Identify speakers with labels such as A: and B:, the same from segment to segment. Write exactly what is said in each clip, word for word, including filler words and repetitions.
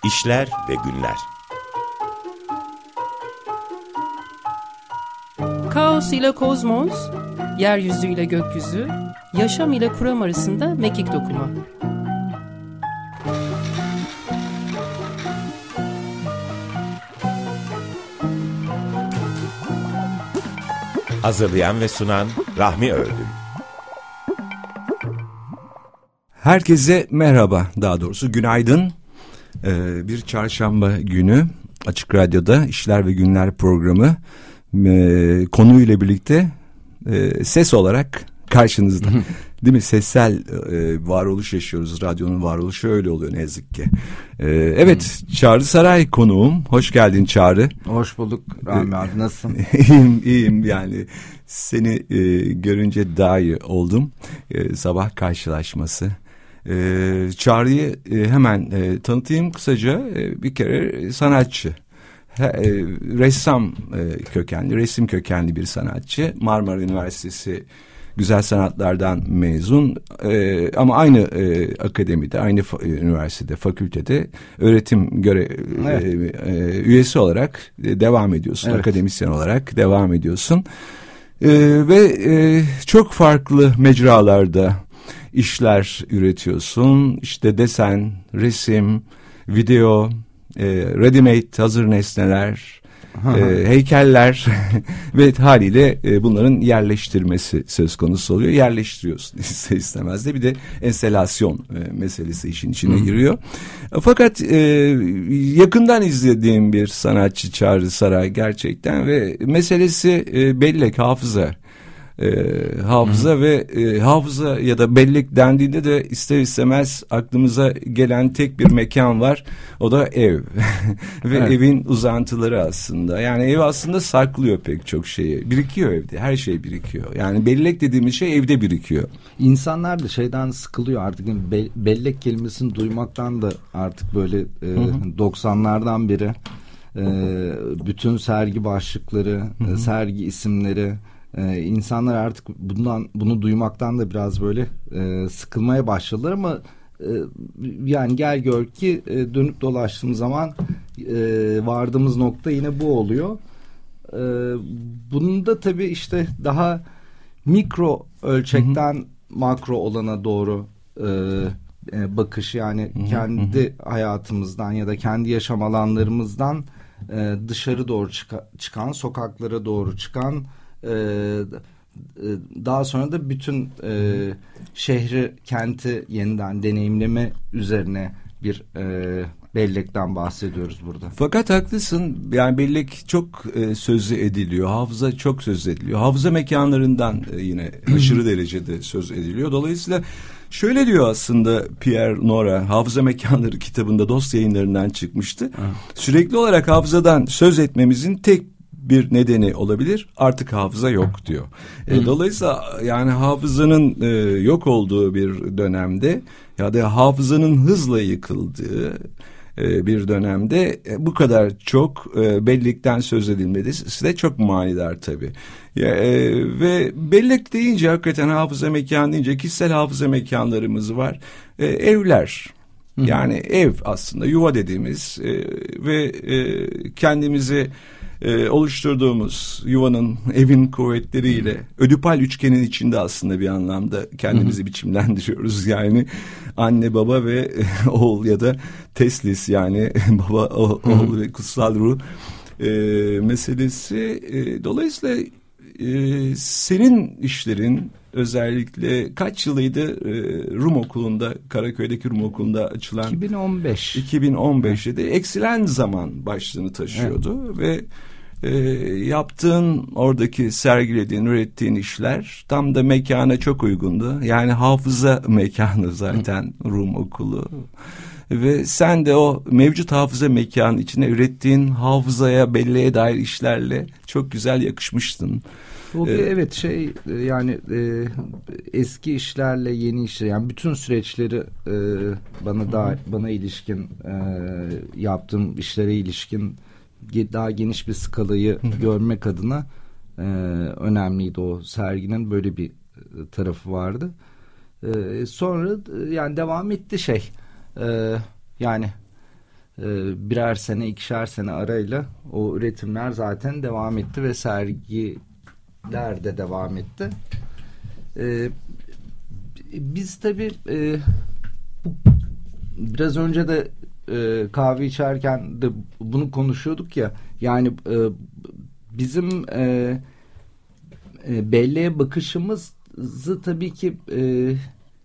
A: İşler ve Günler.
B: Kaos ile kozmos, yeryüzü ile gökyüzü, yaşam ile kuram arasında mekik dokuma.
A: Hazırlayan ve sunan Rahmi Ördün.
C: Herkese merhaba, daha doğrusu günaydın. Ee, bir çarşamba günü Açık Radyo'da İşler ve Günler programı e, konuyla birlikte e, ses olarak karşınızda. Değil mi? Sessel e, varoluş yaşıyoruz. Radyonun varoluşu öyle oluyor ne yazık ki. E, evet, Çağrı Saray konuğum. Hoş geldin Çağrı.
D: Hoş bulduk Rahmi abi, nasılsın?
C: İyiyim, iyiyim yani. Seni e, görünce daha iyi oldum. E, sabah karşılaşması. E, Çağrı'yı e, hemen e, tanıtayım kısaca. E, bir kere sanatçı. He, e, ressam e, kökenli, resim kökenli bir sanatçı. Marmara Üniversitesi Güzel Sanatlardan mezun ee, ama aynı e, akademide, aynı fa- üniversitede, fakültede öğretim göre evet. e, e, üyesi olarak e, devam ediyorsun, evet. Akademisyen olarak devam ediyorsun e, ve e, çok farklı mecralarda işler üretiyorsun. İşte desen, resim, video, e, ready-made hazır nesneler. E, heykeller ve haliyle e, bunların yerleştirmesi söz konusu oluyor. Yerleştiriyorsun ister istemez de bir de enstelasyon e, meselesi işin içine Hı. giriyor. E, fakat e, yakından izlediğim bir sanatçı Çağrı Saray gerçekten ve meselesi e, bellek, hafıza. E, hafıza Hı. ve e, hafıza ya da bellek dendiğinde de ister istemez aklımıza gelen tek bir mekan var, o da ev. Ve evet. Evin uzantıları aslında, yani ev aslında saklıyor pek çok şeyi, birikiyor evde, her şey birikiyor, yani bellek dediğimiz şey evde birikiyor.
D: İnsanlar da şeyden sıkılıyor artık, Be- bellek kelimesini duymaktan da artık böyle e, doksanlardan beri e, bütün sergi başlıkları, e, sergi isimleri. Ee, insanlar artık bundan bunu duymaktan da biraz böyle e, sıkılmaya başladılar ama e, yani gel gör ki e, dönüp dolaştığımız zaman e, vardığımız nokta yine bu oluyor. E, bunun da tabii işte daha mikro ölçekten hı hı. makro olana doğru e, e, bakış, yani hı hı. kendi hı hı. hayatımızdan ya da kendi yaşam alanlarımızdan e, dışarı doğru çıka, çıkan, sokaklara doğru çıkan, Ee, daha sonra da bütün e, şehri, kenti yeniden deneyimleme üzerine bir e, bellekten bahsediyoruz burada.
C: Fakat haklısın, yani bellek çok e, sözü ediliyor, hafıza çok söz ediliyor, hafıza mekanlarından e, yine aşırı derecede söz ediliyor. Dolayısıyla şöyle diyor aslında Pierre Nora, Hafıza Mekanları kitabında, Dost Yayınlarından çıkmıştı. Hı. Sürekli olarak hafızadan söz etmemizin tek bir nedeni olabilir, artık hafıza yok diyor. E, dolayısıyla yani hafızanın e, yok olduğu bir dönemde ya da hafızanın hızla yıkıldığı e, bir dönemde e, bu kadar çok e, bellekten söz edilmesi de çok manidar tabii. Ya, e, ve bellek deyince, hakikaten hafıza mekanı deyince kişisel hafıza mekanlarımız var. E, evler. Yani ev aslında yuva dediğimiz e, ve e, kendimizi e, oluşturduğumuz yuvanın, evin kuvvetleriyle ödipal üçgenin içinde aslında bir anlamda kendimizi biçimlendiriyoruz. Yani anne, baba ve e, oğul ya da teslis, yani baba, o, oğul ve kutsal ruh e, meselesi. E, dolayısıyla e, senin işlerin özellikle kaç yılıydı e, Rum Okulu'nda, Karaköy'deki Rum Okulu'nda açılan?
D: iki bin on beş.
C: iki bin on beşte de eksilen zaman başlığını taşıyordu. Evet. Ve e, yaptığın, oradaki sergilediğin, ürettiğin işler tam da mekana çok uygundu. Yani hafıza mekanı zaten Rum Okulu. Ve sen de o mevcut hafıza mekanı içine ürettiğin hafızaya, belleğe dair işlerle çok güzel yakışmıştın.
D: O bir, evet şey yani e, eski işlerle yeni işler, yani bütün süreçleri e, bana daha bana ilişkin e, yaptığım işlere ilişkin daha geniş bir skalayı görmek adına e, önemliydi. O serginin böyle bir tarafı vardı. E, sonra yani devam etti şey e, yani e, birer sene, ikişer sene arayla o üretimler zaten devam etti ve sergiler de devam etti. E, biz tabii e, bu, biraz önce de e, kahve içerken de bunu konuşuyorduk ya, yani e, bizim e, e, belleğe bakışımızı tabii ki e,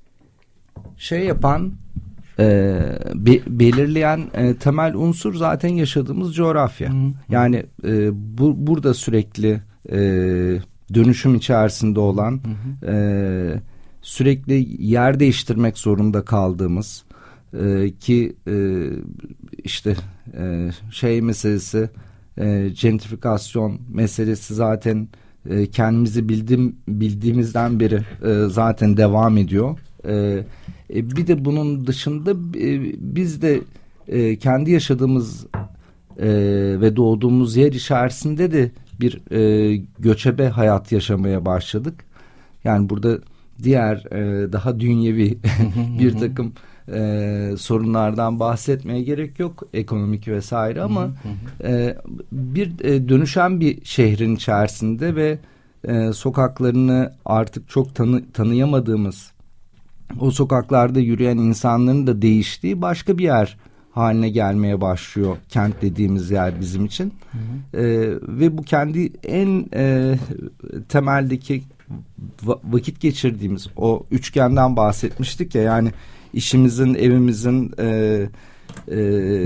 D: şey yapan, e, be, belirleyen e, temel unsur zaten yaşadığımız coğrafya. Hı hı. Yani e, bu, burada sürekli e, dönüşüm içerisinde olan, hı hı. E, sürekli yer değiştirmek zorunda kaldığımız, e, ki e, işte e, şey meselesi, e, gentrifikasyon meselesi zaten e, kendimizi bildim, bildiğimizden beri e, zaten devam ediyor. E, e, bir de bunun dışında e, biz de e, kendi yaşadığımız e, ve doğduğumuz yer içerisinde de bir e, göçebe hayat yaşamaya başladık. Yani burada diğer e, daha dünyevi bir takım e, sorunlardan bahsetmeye gerek yok, ekonomik vesaire, ama e, bir e, dönüşen bir şehrin içerisinde ve e, sokaklarını artık çok tanı, tanıyamadığımız, o sokaklarda yürüyen insanların da değiştiği başka bir yer haline gelmeye başlıyor kent dediğimiz yer bizim için. Hı hı. E, ve bu kendi en e, temeldeki va- vakit geçirdiğimiz o üçgenden bahsetmiştik ya, yani işimizin, evimizin e, e,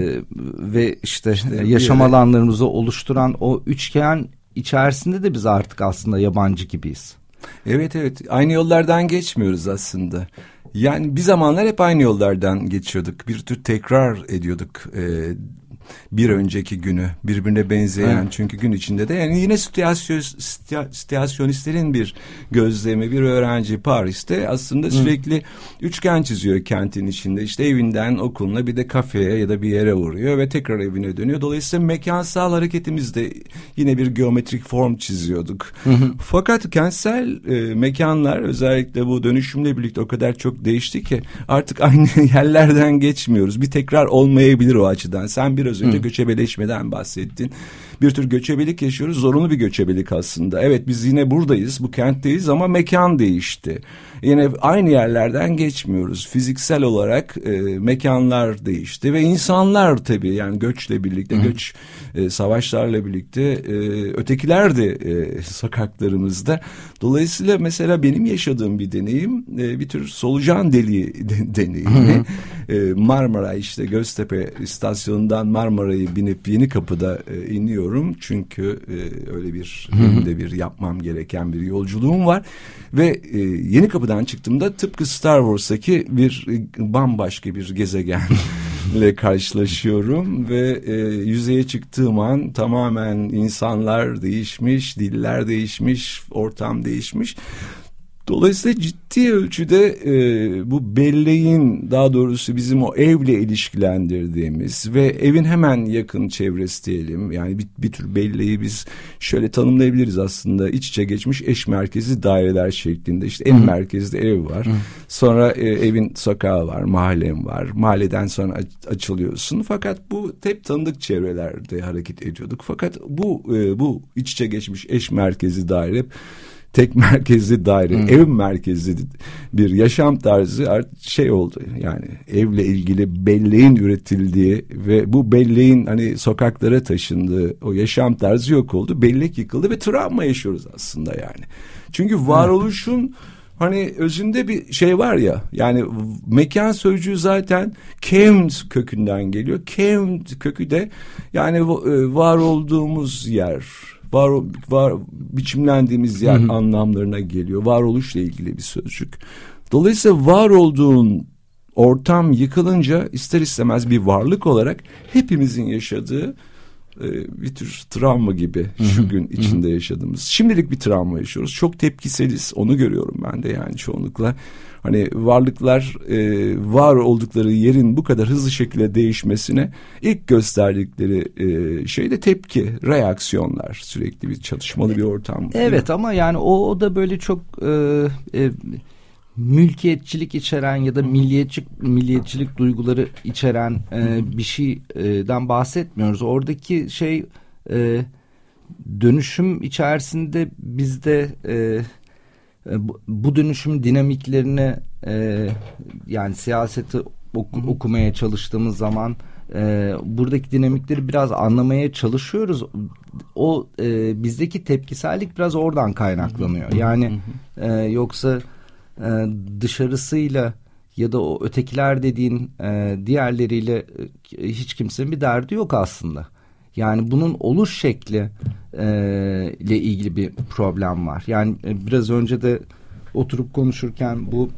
D: ve işte, işte yaşam yere... alanlarımızı oluşturan o üçgen içerisinde de biz artık aslında yabancı gibiyiz.
C: Evet evet, aynı yollardan geçmiyoruz aslında. Yani bir zamanlar hep aynı yollardan geçiyorduk. Bir tür tekrar ediyorduk e, bir önceki günü, birbirine benzeyen. Evet. Çünkü gün içinde de yani yine situasyonistlerin bir gözlemi, bir öğrenci Paris'te aslında Hı. sürekli üçgen çiziyor kentin içinde. İşte evinden okuluna, bir de kafeye ya da bir yere uğruyor ve tekrar evine dönüyor. Dolayısıyla mekansal hareketimizde yine bir geometrik form çiziyorduk. Hı hı. Fakat kentsel e, mekanlar özellikle bu dönüşümle birlikte o kadar çok değişti ki artık aynı yerlerden geçmiyoruz. Bir tekrar olmayabilir o açıdan. Sen biraz önce Hı. göçebeleşmeden bahsettin. Bir tür göçebelik yaşıyoruz. Zorunlu bir göçebelik aslında. Evet, biz yine buradayız, bu kentteyiz ama mekan değişti. Yine aynı yerlerden geçmiyoruz. Fiziksel olarak e, mekanlar değişti ve insanlar tabii, yani göçle birlikte, Hı. göç e, savaşlarla birlikte e, ötekiler de e, sokaklarımızda. Dolayısıyla mesela benim yaşadığım bir deneyim e, bir tür solucan deliği de, deneyimi. E, Marmara, işte Göztepe istasyonundan Marmara'yı binip Yenikapı'da e, iniyorum. Çünkü e, öyle bir benim de bir yapmam gereken bir yolculuğum var ve e, Yenikapı'dan çıktığımda tıpkı Star Wars'taki bir e, bambaşka bir gezegenle karşılaşıyorum ve e, yüzeye çıktığım an tamamen insanlar değişmiş, diller değişmiş, ortam değişmiş. Dolayısıyla ciddi ölçüde e, bu belleğin, daha doğrusu bizim o evle ilişkilendirdiğimiz ve evin hemen yakın çevresi diyelim. Yani bir, bir tür belleği biz şöyle tanımlayabiliriz aslında: iç içe geçmiş eş merkezli daireler şeklinde. İşte en merkezde ev var. Hı. Sonra e, evin sokağı var, mahallem var. Mahalleden sonra aç, açılıyorsun. Fakat bu hep tanıdık çevrelerde hareket ediyorduk. Fakat bu e, bu iç içe geçmiş eş merkezli daire, tek merkezli daire, hmm. ev merkezli bir yaşam tarzı şey oldu. Yani evle ilgili belleğin üretildiği ve bu belleğin hani sokaklara taşındığı o yaşam tarzı yok oldu. Bellek yıkıldı ve travma yaşıyoruz aslında yani. Çünkü varoluşun hani özünde bir şey var ya, yani mekan sözcüğü zaten kevnt kökünden geliyor. Kevnt kökü de yani var olduğumuz yer, var, var biçimlendiğimiz yer, hı hı, anlamlarına geliyor. Varoluşla ilgili bir sözcük. Dolayısıyla var olduğun ortam yıkılınca ister istemez bir varlık olarak hepimizin yaşadığı e, bir tür travma gibi, hı hı, şu gün içinde, hı hı, yaşadığımız. Şimdilik bir travma yaşıyoruz. Çok tepkiseliz. Onu görüyorum ben de yani çoğunlukla. Hani varlıklar e, var oldukları yerin bu kadar hızlı şekilde değişmesine ilk gösterdikleri e, şey de tepki, reaksiyonlar, sürekli bir çatışmalı bir ortam.
D: Evet, ama yani o, o da böyle çok e, e, mülkiyetçilik içeren ya da milliyetçi milliyetçilik duyguları içeren e, bir şeyden bahsetmiyoruz. Oradaki şey e, dönüşüm içerisinde bizde e, bu, bu dönüşüm dinamiklerini e, yani siyaseti oku, okumaya çalıştığımız zaman e, buradaki dinamikleri biraz anlamaya çalışıyoruz. O e, bizdeki tepkisellik biraz oradan kaynaklanıyor. Yani e, yoksa e, dışarısıyla ya da o ötekiler dediğin e, diğerleriyle e, hiç kimsenin bir derdi yok aslında. Yani bunun oluş şekli e, ile ilgili bir problem var. Yani e, biraz önce de oturup konuşurken bu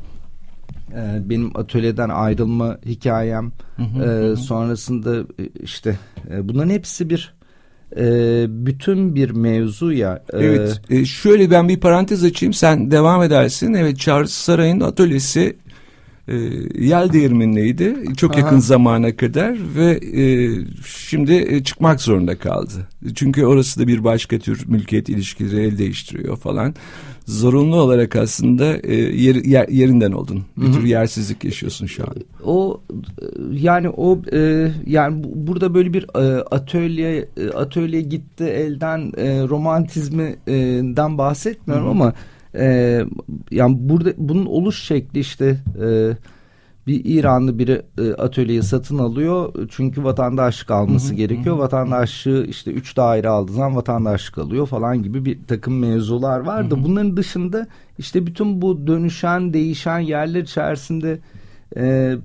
D: e, benim atölyeden ayrılma hikayem hı hı, e, hı. sonrasında e, işte e, bunların hepsi bir e, bütün bir mevzu ya. E,
C: evet. E, şöyle ben bir parantez açayım, sen devam edersin. Evet, Charles Saray'ın atölyesi E, Yel Değirmeni'ndeydi çok yakın Aha. zamana kadar ve e, şimdi e, çıkmak zorunda kaldı. Çünkü orası da bir başka tür mülkiyet ilişkileri el değiştiriyor falan. Zorunlu olarak aslında e, yer, yer, yerinden oldun. Bir Hı-hı. tür yersizlik yaşıyorsun şu an.
D: O yani o e, yani bu, burada böyle bir e, atölye e, atölye gitti elden e, romantizmden bahsetmiyorum Hı-hı. ama Ee, yani burada bunun oluş şekli işte e, bir İranlı biri e, atölyeyi satın alıyor çünkü vatandaşlık alması hı hı, gerekiyor. Hı. Vatandaşlığı işte üç daire aldığı zaman vatandaşlık alıyor falan gibi bir takım mevzular var da hı hı. bunların dışında işte bütün bu dönüşen değişen yerler içerisinde e,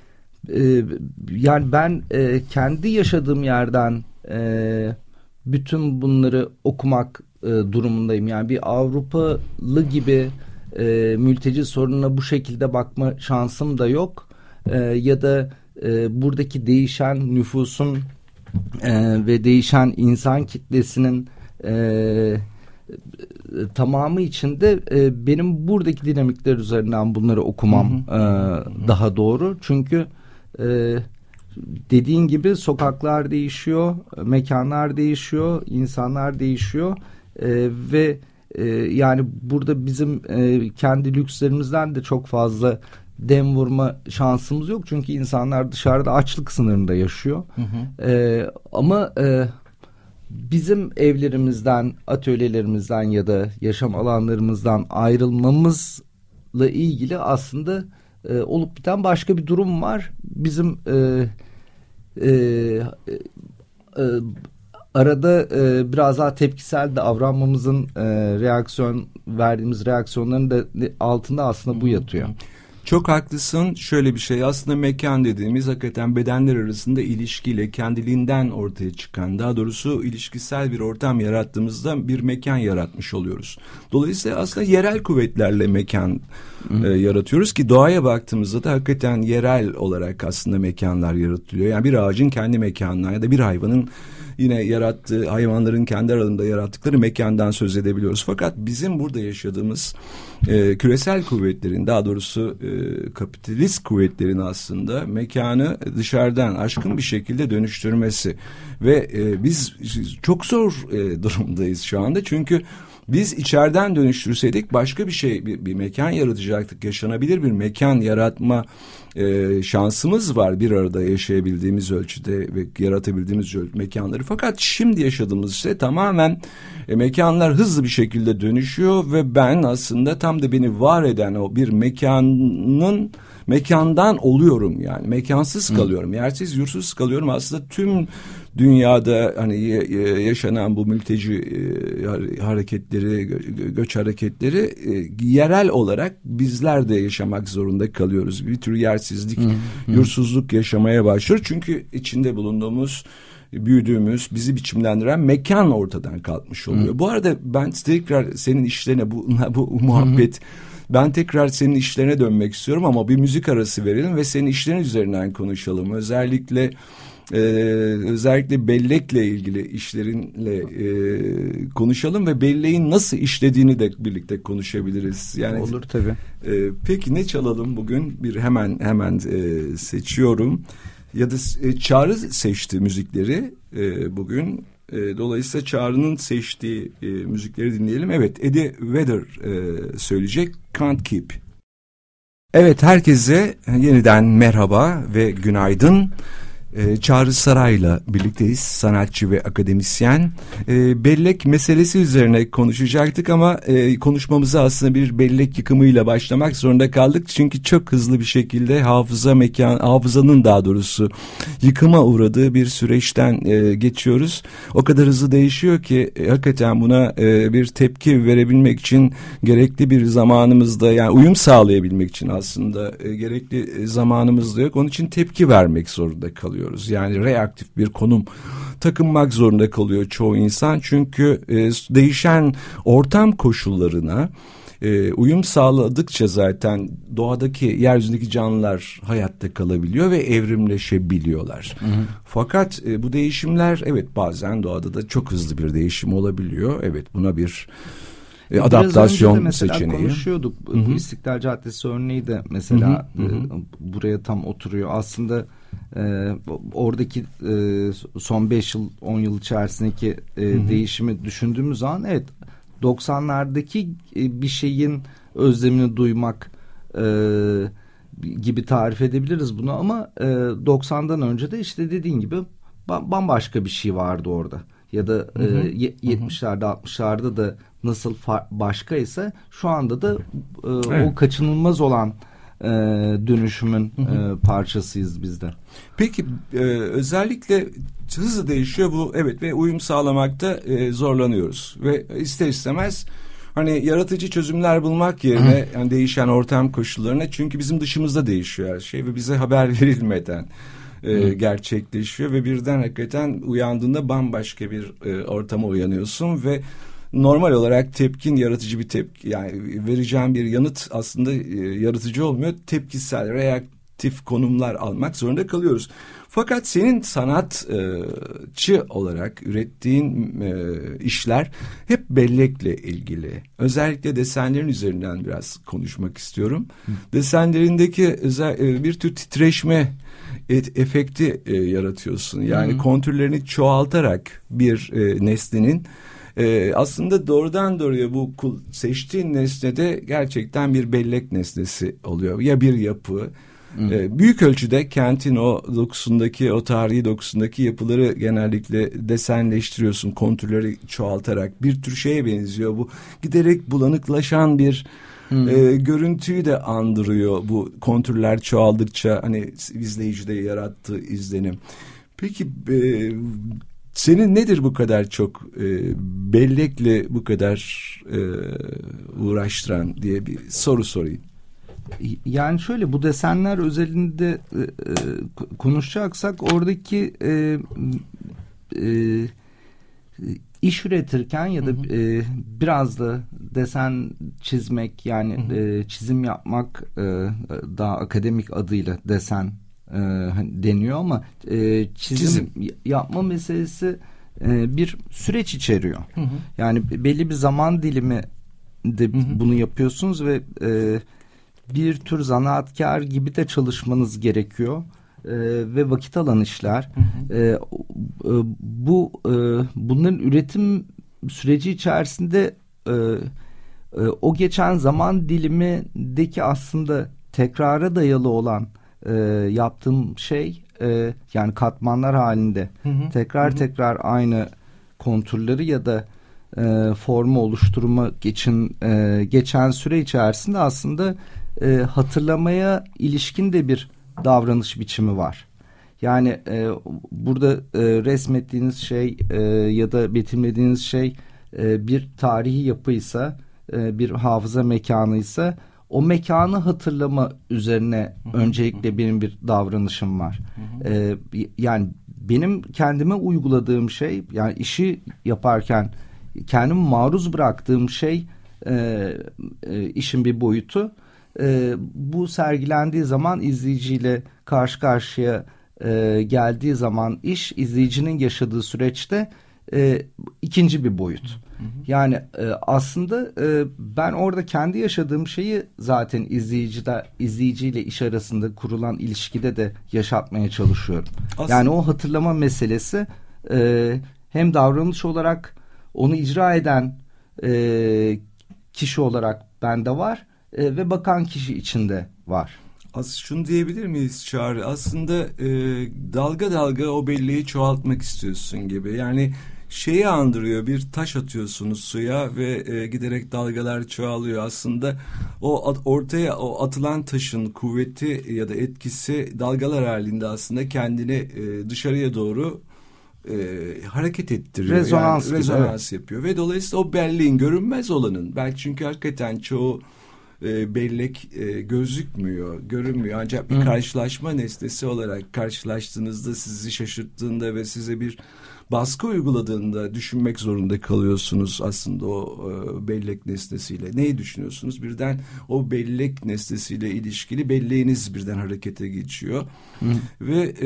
D: e, yani ben e, kendi yaşadığım yerden e, bütün bunları okumak e, durumundayım. Yani bir Avrupalı gibi e, mülteci sorununa bu şekilde bakma şansım da yok. E, ya da e, buradaki değişen nüfusun e, ve değişen insan kitlesinin e, e, tamamı içinde e, benim buradaki dinamikler üzerinden bunları okumam hı hı. E, daha doğru. Çünkü e, dediğin gibi sokaklar değişiyor, mekanlar değişiyor, insanlar değişiyor ee, ve e, yani burada bizim e, kendi lükslerimizden de çok fazla dem vurma şansımız yok. Çünkü insanlar dışarıda açlık sınırında yaşıyor. Hı hı. Ee, ama e, bizim evlerimizden, atölyelerimizden ya da yaşam alanlarımızdan ayrılmamızla ilgili aslında e, olup biten başka bir durum var. Bizim e, e, e, arada e, biraz daha tepkisel davranmamızın e, reaksiyon verdiğimiz reaksiyonların da altında aslında bu yatıyor.
C: Çok haklısın. Şöyle bir şey, aslında mekan dediğimiz hakikaten bedenler arasında ilişkiyle kendiliğinden ortaya çıkan, daha doğrusu ilişkisel bir ortam yarattığımızda bir mekan yaratmış oluyoruz. Dolayısıyla aslında yerel kuvvetlerle mekan e, yaratıyoruz ki doğaya baktığımızda da hakikaten yerel olarak aslında mekanlar yaratılıyor. Yani bir ağacın kendi mekanına ya da bir hayvanın yine yarattığı, hayvanların kendi aralarında yarattıkları mekandan söz edebiliyoruz. Fakat bizim burada yaşadığımız e, küresel kuvvetlerin, daha doğrusu e, kapitalist kuvvetlerin aslında mekanı dışarıdan aşkın bir şekilde dönüştürmesi ve e, biz çok zor e, durumdayız şu anda. Çünkü biz içeriden dönüştürseydik başka bir şey, bir, bir mekan yaratacaktık. Yaşanabilir bir mekan yaratma e, şansımız var bir arada yaşayabildiğimiz ölçüde ve yaratabildiğimiz mekanları. Fakat şimdi yaşadığımız şey tamamen e, mekanlar hızlı bir şekilde dönüşüyor ve ben aslında tam da beni var eden o bir mekanın mekandan oluyorum, yani mekansız kalıyorum, Hı. yersiz yursuz kalıyorum. Aslında tüm dünyada hani yaşanan bu mülteci hareketleri, göç hareketleri yerel olarak bizler de yaşamak zorunda kalıyoruz. Bir tür yersizlik, Hı. Hı. yursuzluk yaşamaya başlıyor. Çünkü içinde bulunduğumuz, büyüdüğümüz, bizi biçimlendiren mekan ortadan kalkmış oluyor. Hı. Bu arada ben tekrar senin işlerine bu, bu muhabbet... Hı. Ben tekrar senin işlerine dönmek istiyorum ama bir müzik arası verelim ve senin işlerin üzerinden konuşalım. Özellikle e, özellikle bellekle ilgili işlerinle e, konuşalım ve belleğin nasıl işlediğini de birlikte konuşabiliriz. Yani
D: olur tabii.
C: E, peki ne çalalım bugün? Bir hemen hemen e, seçiyorum. Ya da e, Çağrı seçti müzikleri e, bugün. E, dolayısıyla Çağrı'nın seçtiği e, müzikleri dinleyelim. Evet, Eddie Vedder e, söyleyecek Can't Keep. Evet, herkese yeniden merhaba ve günaydın. Ee, Çağrı Saray'la birlikteyiz, sanatçı ve akademisyen. Ee, bellek meselesi üzerine konuşacaktık ama e, konuşmamıza aslında bir bellek yıkımıyla başlamak zorunda kaldık. Çünkü çok hızlı bir şekilde hafıza mekan, hafızanın daha doğrusu yıkıma uğradığı bir süreçten e, geçiyoruz. O kadar hızlı değişiyor ki e, hakikaten buna e, bir tepki verebilmek için gerekli bir zamanımızda, yani uyum sağlayabilmek için aslında e, gerekli zamanımız da yok. Onun için tepki vermek zorunda kalıyor. Yani reaktif bir konum takınmak zorunda kalıyor çoğu insan. Çünkü e, değişen ortam koşullarına e, uyum sağladıkça zaten doğadaki, yeryüzündeki canlılar hayatta kalabiliyor ve evrimleşebiliyorlar. Hı hı. Fakat e, bu değişimler, evet, bazen doğada da çok hızlı bir değişim olabiliyor. Evet, buna bir E, adaptasyon
D: Biraz önce de
C: seçeneği.
D: Konuşuyorduk. Hı-hı. Bu İstiklal Caddesi örneği de mesela hı hı. E, buraya tam oturuyor. Aslında e, oradaki e, son beş yıl on yıl içerisindeki e, değişimi düşündüğümüz zaman, evet, doksanlardaki e, bir şeyin özlemini duymak e, gibi tarif edebiliriz bunu, ama e, doksandan önce de işte dediğin gibi bambaşka bir şey vardı orada. Ya da hı hı. E, yetmişlerde altmışlarda da nasıl başkaysa şu anda da e, evet. o kaçınılmaz olan e, dönüşümün hı hı. E, parçasıyız biz de.
C: Peki e, özellikle hızlı değişiyor bu, evet, ve uyum sağlamakta e, zorlanıyoruz ve ister istemez hani yaratıcı çözümler bulmak yerine yani değişen ortam koşullarına, çünkü bizim dışımızda değişiyor her şey ve bize haber verilmeden E, gerçekleşiyor ve birden hakikaten uyandığında bambaşka bir e, ortama uyanıyorsun ve normal olarak tepkin yaratıcı bir tepki, yani vereceğin bir yanıt aslında e, yaratıcı olmuyor, tepkisel, reaktif konumlar almak zorunda kalıyoruz. Fakat senin sanatçı olarak ürettiğin e, işler hep bellekle ilgili. Özellikle desenlerin üzerinden biraz konuşmak istiyorum. Hı. Desenlerindeki özel, e, bir tür titreşme et, efekti e, yaratıyorsun. Yani Hı. kontürlerini çoğaltarak bir e, nesnenin e, aslında doğrudan doğruya bu seçtiğin nesnede gerçekten bir bellek nesnesi oluyor. Ya bir yapı, e, büyük ölçüde kentin o dokusundaki, o tarihi dokusundaki yapıları genellikle desenleştiriyorsun, kontürleri çoğaltarak. Bir tür şeye benziyor bu, giderek bulanıklaşan bir Hmm. E, görüntüyü de andırıyor bu kontürler çoğaldıkça, hani izleyicide yarattığı izlenim. Peki e, senin nedir bu kadar çok e, bellekle bu kadar e, uğraştıran diye bir soru sorayım.
D: Yani şöyle, bu desenler özelinde e, e, konuşacaksak oradaki e, e, İş üretirken ya da hı hı. E, biraz da desen çizmek, yani hı hı. E, çizim yapmak, e, daha akademik adıyla desen e, deniyor ama e, çizim, çizim yapma meselesi e, bir süreç içeriyor. Hı hı. Yani belli bir zaman dilimi de hı hı. bunu yapıyorsunuz ve e, bir tür zanaatkar gibi de çalışmanız gerekiyor. Ee, ve vakit alan işler. Hı hı. Ee, bu e, bunların üretim süreci içerisinde e, e, o geçen zaman dilimindeki aslında tekrara dayalı olan e, yaptığım şey, e, yani katmanlar halinde hı hı. tekrar hı hı. tekrar aynı konturları ya da e, formu oluşturmak için e, geçen süre içerisinde aslında e, hatırlamaya ilişkin de bir davranış biçimi var. Yani e, burada e, resmettiğiniz şey e, ya da betimlediğiniz şey e, bir tarihi yapıysa, e, bir hafıza mekanıysa, o mekanı hatırlama üzerine hı hı. öncelikle benim bir davranışım var. Hı hı. E, yani benim kendime uyguladığım şey, yani işi yaparken kendimi maruz bıraktığım şey e, e, işin bir boyutu. E, bu sergilendiği zaman, izleyiciyle karşı karşıya e, geldiği zaman iş, izleyicinin yaşadığı süreçte e, ikinci bir boyut. Hı hı. Yani e, aslında e, ben orada kendi yaşadığım şeyi zaten izleyicide, izleyiciyle iş arasında kurulan ilişkide de yaşatmaya çalışıyorum. Aslında... Yani o hatırlama meselesi e, hem davranış olarak onu icra eden e, kişi olarak bende var. E, ve bakan kişi içinde var.
C: Az şunu diyebilir miyiz Çağrı? Aslında e, dalga dalga o belleği çoğaltmak istiyorsun gibi. Yani şeyi andırıyor, bir taş atıyorsunuz suya ve e, giderek dalgalar çoğalıyor. Aslında o at, ortaya o atılan taşın kuvveti ya da etkisi dalgalar halinde aslında kendini e, dışarıya doğru e, hareket ettiriyor.
D: Rezonans,
C: yani, rezonans
D: gibi,
C: yapıyor ve dolayısıyla o belleğin görünmez olanın, belki çünkü hakikaten çoğu E, bellek e, gözükmüyor, görünmüyor. Ancak bir Hı. karşılaşma nesnesi olarak karşılaştığınızda, sizi şaşırttığında ve size bir baskı uyguladığında düşünmek zorunda kalıyorsunuz aslında o e, bellek nesnesiyle. Neyi düşünüyorsunuz? Birden o bellek nesnesiyle ilişkili belleğiniz birden harekete geçiyor. Hı. Ve e,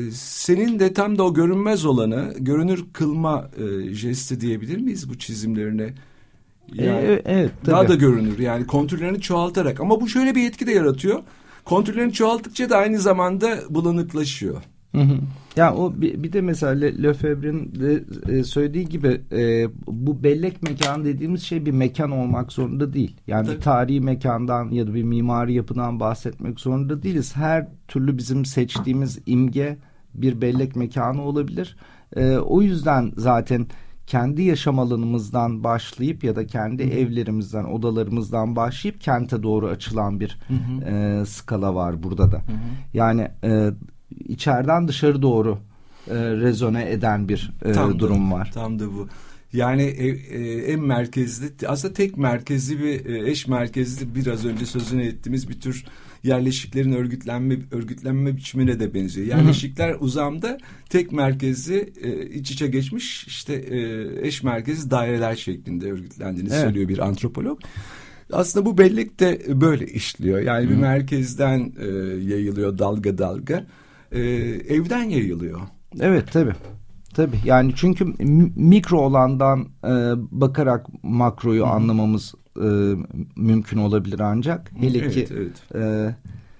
C: senin de tam da o görünmez olanı görünür kılma e, jesti diyebilir miyiz bu çizimlerine? Yani
D: evet, evet,
C: daha da görünür yani kontürlerini çoğaltarak, ama bu şöyle bir etki de yaratıyor. Kontürlerini çoğalttıkça da aynı zamanda bulanıklaşıyor.
D: Hı hı. Ya o bir, bir de mesela Le, Lefebvre'nin de e, söylediği gibi e, bu bellek mekanı dediğimiz şey bir mekan olmak zorunda değil. Yani Tabii. bir tarihi mekandan ya da bir mimari yapıdan bahsetmek zorunda değiliz. Her türlü bizim seçtiğimiz imge bir bellek mekanı olabilir. E, o yüzden zaten kendi yaşam alanımızdan başlayıp ya da kendi hı hı. evlerimizden, odalarımızdan başlayıp kente doğru açılan bir hı hı. E, skala var burada da. Hı hı. Yani e, içeriden dışarı doğru e, rezone eden bir e, tam durum
C: da,
D: var.
C: Tam da bu. Yani e, e, en merkezli, aslında tek merkezli bir e, eş merkezli, biraz önce sözünü ettiğimiz bir tür yerleşiklerin örgütlenme örgütlenme biçimine de benziyor. Yerleşikler Hı-hı. uzamda, tek merkezli e, iç içe geçmiş işte e, eş merkezli daireler şeklinde örgütlendiğini evet. söylüyor bir antropolog. Aslında bu bellek de böyle işliyor. Yani Hı-hı. bir merkezden e, yayılıyor dalga dalga. E, evden yayılıyor.
D: Evet tabii. Tabii yani çünkü mikro olandan e, bakarak makroyu Hı-hı. anlamamız e, mümkün olabilir ancak. Hele evet, ki evet. E,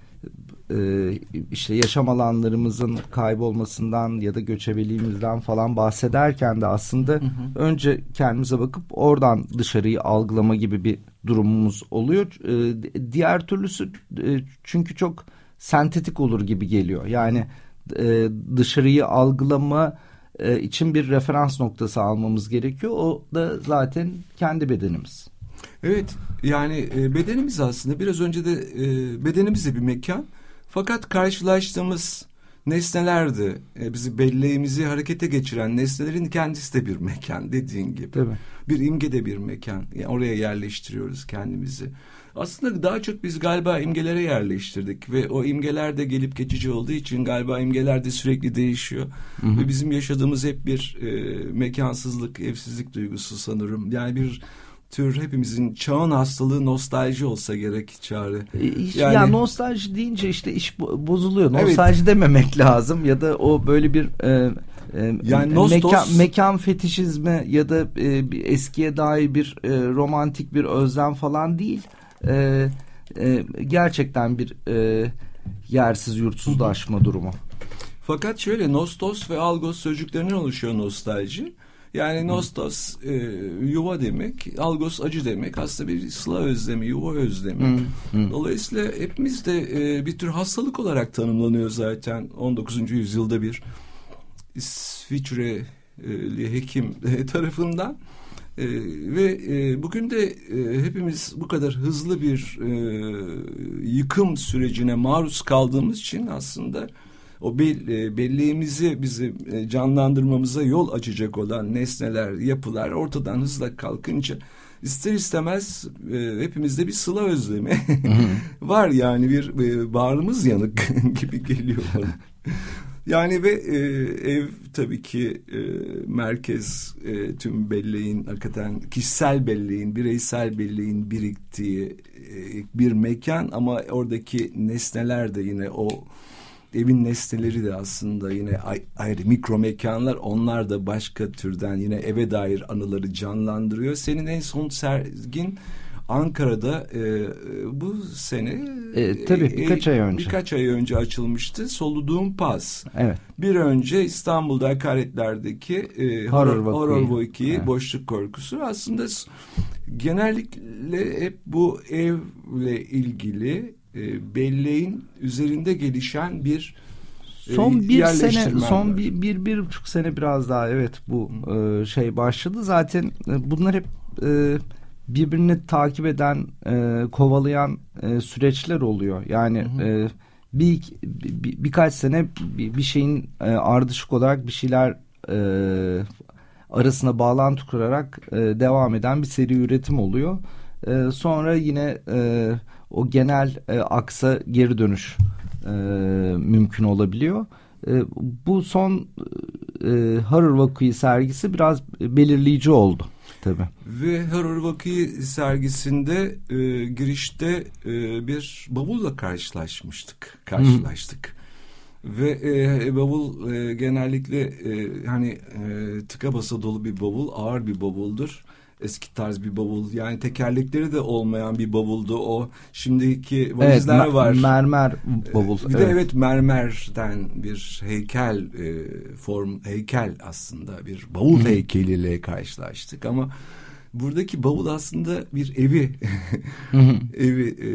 D: e, işte yaşam alanlarımızın kaybolmasından ya da göçebeliğimizden falan bahsederken de aslında Hı-hı. önce kendimize bakıp oradan dışarıyı algılama gibi bir durumumuz oluyor. E, diğer türlüsü e, çünkü çok sentetik olur gibi geliyor. Yani e, dışarıyı algılama e, için bir referans noktası almamız gerekiyor. O da zaten kendi bedenimiz.
C: Evet, yani e, bedenimiz aslında biraz önce de e, bedenimiz de bir mekan. Fakat karşılaştığımız nesneler de e, bizi belleğimizi harekete geçiren nesnelerin kendisi de bir mekan dediğin gibi.
D: Tabii.
C: Bir imge de bir mekan. Yani oraya yerleştiriyoruz kendimizi. Aslında daha çok biz galiba imgelere yerleştirdik ve o imgeler de gelip geçici olduğu için galiba imgeler de sürekli değişiyor. Hı hı. Ve bizim yaşadığımız hep bir e, mekansızlık, evsizlik duygusu sanırım. Yani bir tür hepimizin çağın hastalığı nostalji olsa gerek Çağrı.
D: Yani, ya nostalji deyince işte iş bozuluyor. Nostalji evet. dememek lazım ya da o böyle bir e, e, yani nostos... mekan, mekan fetişizmi ya da e, eskiye dair bir e, romantik bir özlem falan değil. E, e, gerçekten bir e, yersiz yurtsuzlaşma durumu.
C: Fakat şöyle, nostos ve algos sözcüklerinden oluşuyor nostalji. Yani nostos e, yuva demek, algos acı demek. Aslında bir sıla özlemi, yuva özlemi. Hı, hı. Dolayısıyla hepimiz de e, bir tür hastalık olarak tanımlanıyor zaten. on dokuzuncu yüzyılda bir İsviçreli hekim tarafından. E, ve e, bugün de e, hepimiz bu kadar hızlı bir e, yıkım sürecine maruz kaldığımız için aslında o belleğimizi bizi canlandırmamıza yol açacak olan nesneler, yapılar ortadan hızla kalkınca ister istemez e, hepimizde bir sıla özlemi var, yani bir e, bağrımız yanık gibi geliyor bana. Yani ve e, ev tabii ki e, merkez, e, tüm belleğin, hakikaten kişisel belleğin, bireysel belleğin biriktiği e, bir mekan, ama oradaki nesneler de yine o evin nesneleri de aslında yine ayrı mikro mekanlar, onlar da başka türden yine eve dair anıları canlandırıyor. Senin en son sergin Ankara'da e, bu sene
D: e, tabii birkaç e, ay önce
C: birkaç ay önce açılmıştı. Soluduğum Pas.
D: Evet.
C: Bir önce İstanbul'da Hakaretler'deki e, Horror, Horror Voiki'yi, evet. Boşluk Korkusu. Aslında genellikle hep bu evle ilgili e, belleğin üzerinde gelişen bir
D: son
C: e,
D: bir sene son
C: var.
D: bir, bir bir buçuk sene biraz daha evet bu e, şey başladı zaten e, bunlar hep e, birbirini takip eden e, kovalayan e, süreçler oluyor yani hı hı. E, bir, bir birkaç sene bir, bir şeyin e, ardışık olarak bir şeyler e, arasına bağlantı kurarak e, devam eden bir seri üretim oluyor. E, sonra yine e, o genel e, aksa geri dönüş e, mümkün olabiliyor. E, bu son e, Horror Vakı'yı sergisi biraz belirleyici oldu tabii.
C: Ve Horror Vakı sergisinde e, girişte e, bir bavulla karşılaşmıştık, karşılaştık. Hı. Ve e, bavul e, genellikle e, hani e, tıka basa dolu bir bavul, ağır bir bavuldur. Eski tarz bir bavul, yani tekerlekleri de olmayan bir bavuldu o. Şimdiki valizler
D: evet,
C: var.
D: Mermer bavul.
C: Bir evet. de evet mermerden bir heykel e, form heykel aslında bir bavul Hı-hı. heykeliyle karşılaştık ama buradaki bavul aslında bir evi evi e,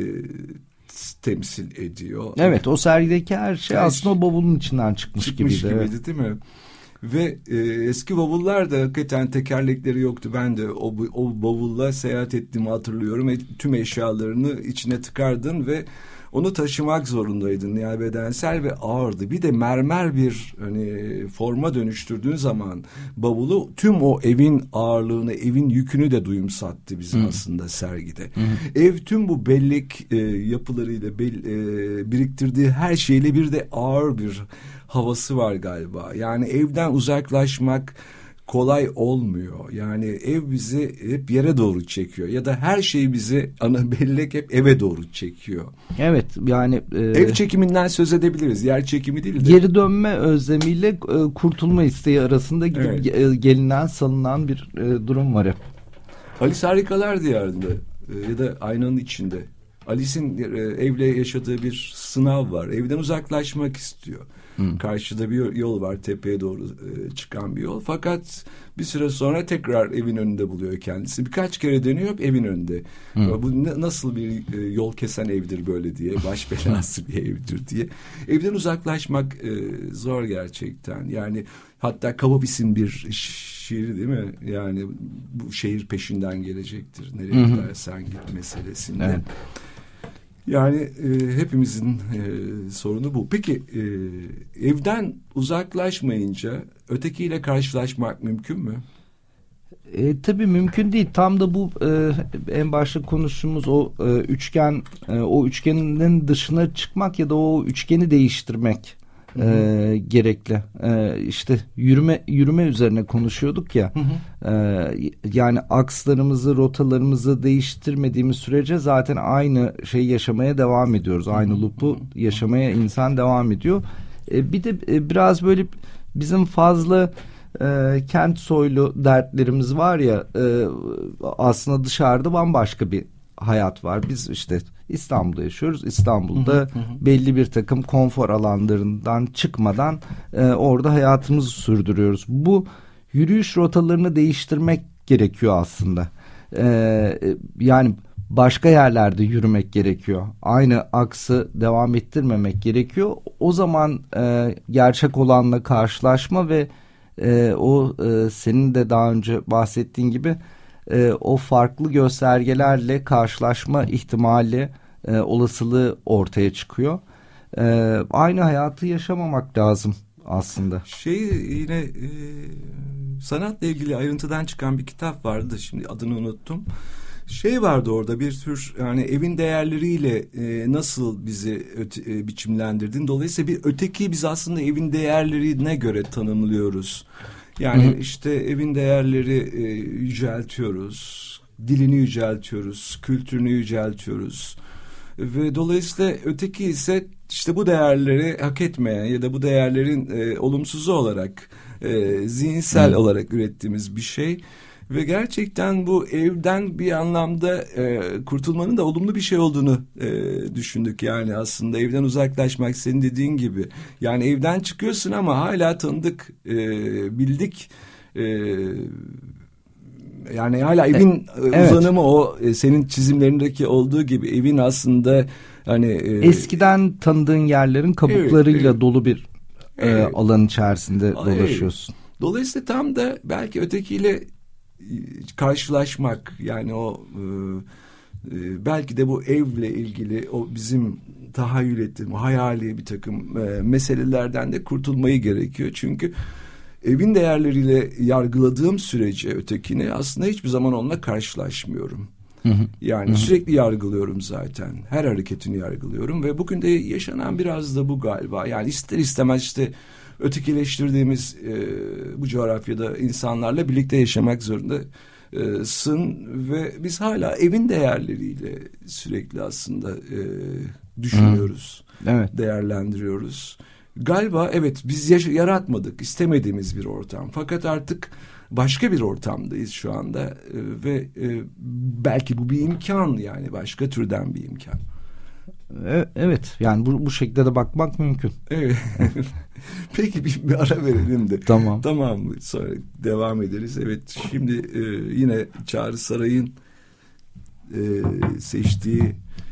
C: temsil ediyor.
D: Evet, o sergideki her şey yani, aslında o bavulun içinden çıkmış,
C: çıkmış
D: gibiydi.
C: gibiydi
D: evet.
C: Değil mi? Ve e, eski bavullar da hakikaten tekerlekleri yoktu. Ben de o, o bavulla seyahat ettiğimi hatırlıyorum. E, tüm eşyalarını içine tıkardın ve onu taşımak zorundaydın. Yani bedensel ve ağırdı. Bir de mermer bir hani forma dönüştürdüğün zaman bavulu tüm o evin ağırlığını, evin yükünü de duyumsattı bize Hı. aslında sergide. Hı. Ev tüm bu bellek e, yapılarıyla be, e, biriktirdiği her şeyle bir de ağır bir havası var galiba. Yani evden uzaklaşmak kolay olmuyor. Yani ev bizi hep yere doğru çekiyor. Ya da her şey bizi, ana bellek hep eve doğru çekiyor.
D: Evet yani. E,
C: ev çekiminden söz edebiliriz. Yer çekimi değil de.
D: Geri dönme özlemiyle e, kurtulma isteği arasında gidip evet. e, gelinen salınan bir e, durum var hep.
C: Alice Harikalar Diyarı'nda e, ya da Aynanın içinde. Alice'in e, evle yaşadığı bir sınav var. Evden uzaklaşmak istiyor. Hı. Karşıda bir yol var, tepeye doğru e, çıkan bir yol. Fakat bir süre sonra tekrar evin önünde buluyor kendisi. Birkaç kere dönüyor, evin önünde. Hı. Bu ne, nasıl bir e, yol kesen evdir böyle diye, baş belası bir evdir diye. Evden uzaklaşmak e, zor gerçekten. Yani hatta Kavabis'in bir şiiri değil mi? Yani bu şehir peşinden gelecektir. Nereye Hı. gidersen git meselesinde. Evet. Yani e, hepimizin e, sorunu bu. Peki e, evden uzaklaşmayınca ötekiyle karşılaşmak mümkün mü?
D: E, tabii mümkün değil. Tam da bu e, en başta konuştuğumuz o e, üçgen, e, o üçgenin dışına çıkmak ya da o üçgeni değiştirmek e, gerekli. E, işte yürüme yürüme üzerine konuşuyorduk ya. Hı hı. E, yani akslarımızı, rotalarımızı değiştirmediğimiz sürece zaten aynı şeyi yaşamaya devam ediyoruz. Aynı loop'u yaşamaya insan devam ediyor. E, bir de e, biraz böyle bizim fazla e, kent soylu dertlerimiz var ya, e, aslında dışarıda bambaşka bir hayat var. Biz işte İstanbul'da yaşıyoruz. İstanbul'da hı hı hı. belli bir takım konfor alanlarından çıkmadan e, orada hayatımızı sürdürüyoruz. Bu yürüyüş rotalarını değiştirmek gerekiyor aslında. E, yani başka yerlerde yürümek gerekiyor. Aynı aksı devam ettirmemek gerekiyor. O zaman e, gerçek olanla karşılaşma ve e, o e, senin de daha önce bahsettiğin gibi e, o farklı göstergelerle karşılaşma ihtimali, e, olasılığı ortaya çıkıyor. E, aynı hayatı yaşamamak lazım aslında.
C: Şey yine e, sanatla ilgili ayrıntıdan çıkan bir kitap vardı, şimdi adını unuttum. Şey vardı orada, bir tür yani evin değerleriyle e, nasıl bizi öte, e, biçimlendirdin. Dolayısıyla bir öteki biz aslında evin değerlerine göre tanımlıyoruz. Yani Hı-hı. işte evin değerleri e, yüceltiyoruz, dilini yüceltiyoruz, kültürünü yüceltiyoruz. Ve dolayısıyla öteki ise işte bu değerleri hak etmeyen ya da bu değerlerin e, olumsuzu olarak e, zihinsel Hı. olarak ürettiğimiz bir şey. Ve gerçekten bu evden bir anlamda e, kurtulmanın da olumlu bir şey olduğunu e, düşündük. Yani aslında evden uzaklaşmak, senin dediğin gibi. Yani evden çıkıyorsun ama hala tanıdık, e, bildik. E, yani hala evin evet. uzanımı o e, senin çizimlerindeki olduğu gibi evin aslında Hani e,
D: eskiden tanıdığın yerlerin kabuklarıyla evet, evet. dolu bir evet. e, alan içerisinde evet. dolaşıyorsun.
C: Dolayısıyla tam da belki ötekiyle karşılaşmak, yani o e, e, belki de bu evle ilgili o bizim tahayyül ettiğim hayali bir takım e, meselelerden de kurtulmayı gerekiyor. Çünkü evin değerleriyle yargıladığım sürece ötekini aslında hiçbir zaman onunla karşılaşmıyorum. Hı hı. Yani hı hı. sürekli yargılıyorum zaten. Her hareketini yargılıyorum ve bugün de yaşanan biraz da bu galiba. Yani ister istemez işte ötekileştirdiğimiz e, bu coğrafyada insanlarla birlikte yaşamak zorundasın ve biz hala evin değerleriyle sürekli aslında e, düşünüyoruz,
D: hı. Evet.
C: değerlendiriyoruz. Galiba evet biz yaş- yaratmadık, istemediğimiz bir ortam. Fakat artık başka bir ortamdayız şu anda e, ve e, belki bu bir imkan, yani başka türden bir imkan.
D: Evet, yani bu, bu şekilde de bakmak mümkün.
C: Evet. Peki bir, bir ara verelim de.
D: Tamam.
C: Tamam mı? Sonra devam ederiz. Evet, şimdi e, yine Çağrı Saray'ın e, seçtiği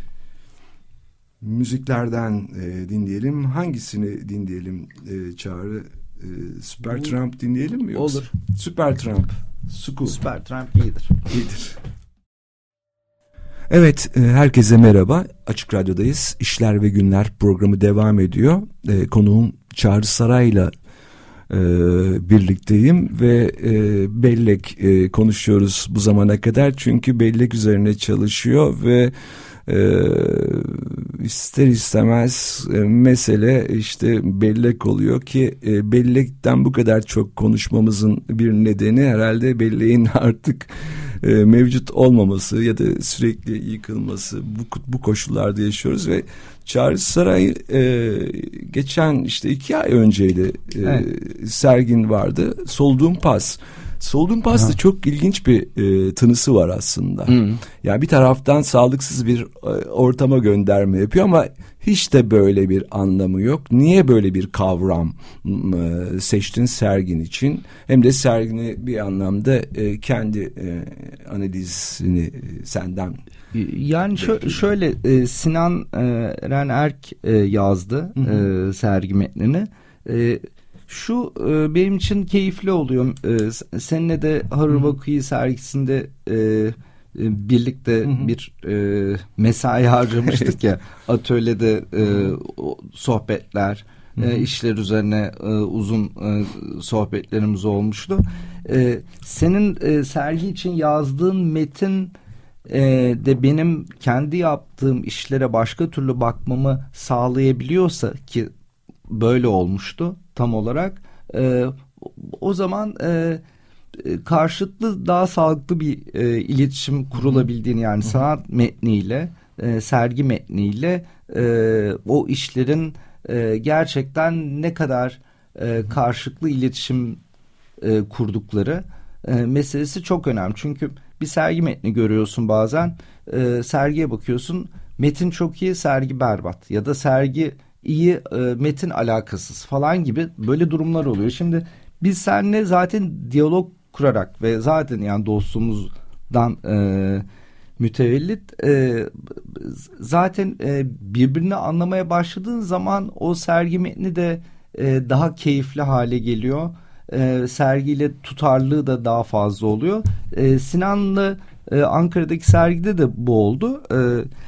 C: müziklerden e, dinleyelim. Hangisini dinleyelim e, Çağrı? E, Supertramp dinleyelim mi yoksa?
D: Olur.
C: Supertramp. Suku.
D: Supertramp iyidir.
C: İyidir. Evet, herkese merhaba. Açık Radyo'dayız. İşler ve Günler programı devam ediyor. E, konuğum Çağrı Saray'la e, birlikteyim ve e, bellek e, konuşuyoruz bu zamana kadar. Çünkü bellek üzerine çalışıyor ve e, ister istemez e, mesele işte bellek oluyor ki e, bellekten bu kadar çok konuşmamızın bir nedeni herhalde belleğin artık E, mevcut olmaması ya da sürekli yıkılması, bu, bu koşullarda yaşıyoruz ve Çağrı Saray e, geçen işte iki ay önceydi e, evet. sergin vardı. Solduğum Pas. Solduğum Pas'ta çok ilginç bir e, tınısı var aslında. Hı. Yani bir taraftan sağlıksız bir e, ortama gönderme yapıyor ama hiç de böyle bir anlamı yok. Niye böyle bir kavram e, seçtin sergin için? Hem de sergini bir anlamda e, kendi e, analizini e, senden.
D: Yani şö- şöyle e, Sinan e, Eren Erk e, yazdı e, sergi metnini. E, Şu e, benim için keyifli oluyor. E, seninle de Harubaku'yu sergisinde e, e, birlikte hı hı. bir e, mesai harcamıştık ya. Atölyede e, sohbetler, e, işler üzerine e, uzun e, sohbetlerimiz olmuştu. E, senin e, sergi için yazdığın metin e, de benim kendi yaptığım işlere başka türlü bakmamı sağlayabiliyorsa, ki böyle olmuştu tam olarak, e, o zaman e, karşılıklı daha sağlıklı bir e, iletişim kurulabildiğini, yani Hı-hı. sanat metniyle e, sergi metniyle e, o işlerin e, gerçekten ne kadar e, karşılıklı iletişim e, kurdukları e, meselesi çok önemli. Çünkü bir sergi metni görüyorsun bazen, e, sergiye bakıyorsun, metin çok iyi, sergi berbat, ya da sergi iyi, e, metin alakasız falan gibi böyle durumlar oluyor. Şimdi biz seninle zaten diyalog kurarak ve zaten yani dostluğumuzdan e, mütevellit e, zaten e, birbirini anlamaya başladığın zaman o sergi metni de e, daha keyifli hale geliyor. E, sergiyle tutarlılığı da daha fazla oluyor. E, Sinan'la e, Ankara'daki sergide de bu oldu. E,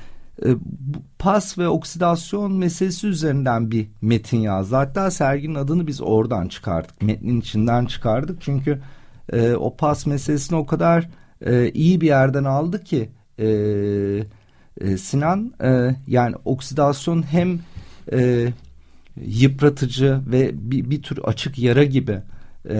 D: pas ve oksidasyon meselesi üzerinden bir metin yazdı. Hatta serginin adını biz oradan çıkardık. Metnin içinden çıkardık. Çünkü e, o pas meselesini o kadar e, iyi bir yerden aldı ki e, e, Sinan e, yani oksidasyon hem e, yıpratıcı ve bir, bir tür açık yara gibi e,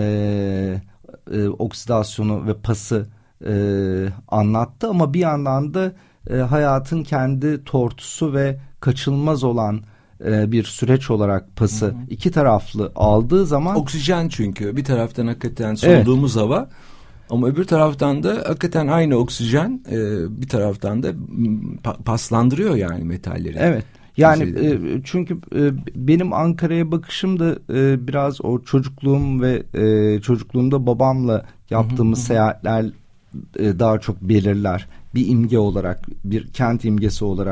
D: e, oksidasyonu ve pası e, anlattı, ama bir yandan da E, hayatın kendi tortusu ve kaçınılmaz olan e, bir süreç olarak pası, hı hı. iki taraflı aldığı zaman,
C: oksijen, çünkü bir taraftan hakikaten solduğumuz evet. hava, ama öbür taraftan da hakikaten aynı oksijen e, bir taraftan da pa- paslandırıyor yani metalleri.
D: Evet. Yani e, çünkü e, benim Ankara'ya bakışım da e, biraz o çocukluğum ve e, çocukluğumda babamla yaptığımız hı hı. seyahatler e, daha çok belirler. Bir imge olarak, bir kent imgesi olarak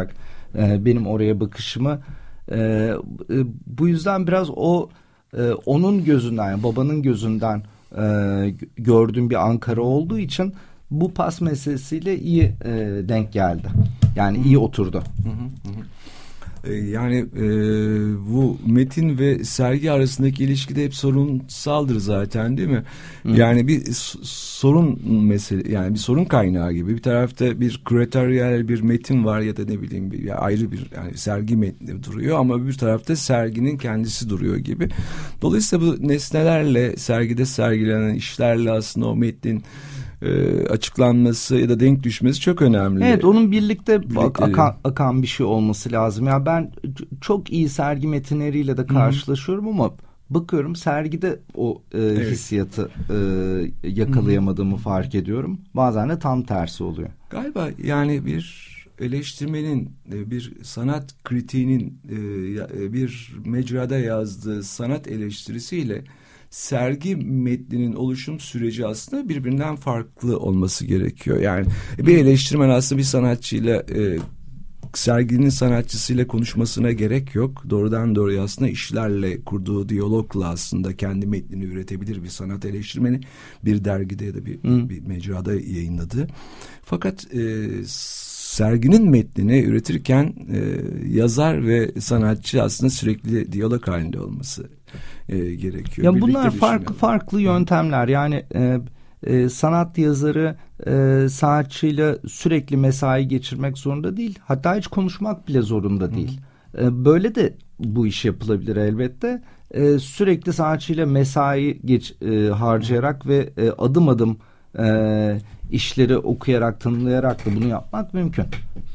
D: e, benim oraya bakışımı. E, e, bu yüzden biraz o e, onun gözünden, yani babanın gözünden e, gördüğüm bir Ankara olduğu için bu pas meselesiyle iyi e, denk geldi. Yani iyi oturdu.
C: Hı hı hı. Yani e, bu metin ve sergi arasındaki ilişki de hep sorunsaldır zaten, değil mi? Hı. Yani bir sorun mesele, yani bir sorun kaynağı gibi. Bir tarafta bir küratöryel bir metin var ya da ne bileyim bir ayrı bir yani sergi metni duruyor ama bir tarafta serginin kendisi duruyor gibi. Dolayısıyla bu nesnelerle, sergide sergilenen işlerle aslında o metnin E, açıklanması ya da denk düşmesi çok önemli.
D: Evet, onun birlikte, birlikte akan, akan bir şey olması lazım. Ya yani ben çok iyi sergi metinleriyle de karşılaşıyorum Hı-hı. ama bakıyorum sergide o e, evet. hissiyatı e, yakalayamadığımı Hı-hı. fark ediyorum. Bazen de tam tersi oluyor.
C: Galiba yani bir eleştirmenin, bir sanat kritiğinin bir mecrada yazdığı sanat eleştirisiyle sergi metninin oluşum süreci aslında birbirinden farklı olması gerekiyor. Yani bir eleştirmen aslında bir sanatçıyla e, serginin sanatçısıyla konuşmasına gerek yok. Doğrudan doğruya aslında işlerle kurduğu diyalogla aslında kendi metnini üretebilir bir sanat eleştirmeni, bir dergide ya da bir, bir, bir mecrada yayınladığı. Fakat e, serginin metnini üretirken e, yazar ve sanatçı aslında sürekli diyalog halinde olması e, gerekiyor.
D: Ya bunlar farklı farklı yöntemler. Yani e, e, sanat yazarı e, sanatçıyla sürekli mesai geçirmek zorunda değil. Hatta hiç konuşmak bile zorunda değil. E, böyle de bu iş yapılabilir elbette. E, sürekli sanatçıyla mesai geç, e, harcayarak ve e, adım adım e, işleri okuyarak, tanımlayarak da bunu yapmak mümkün.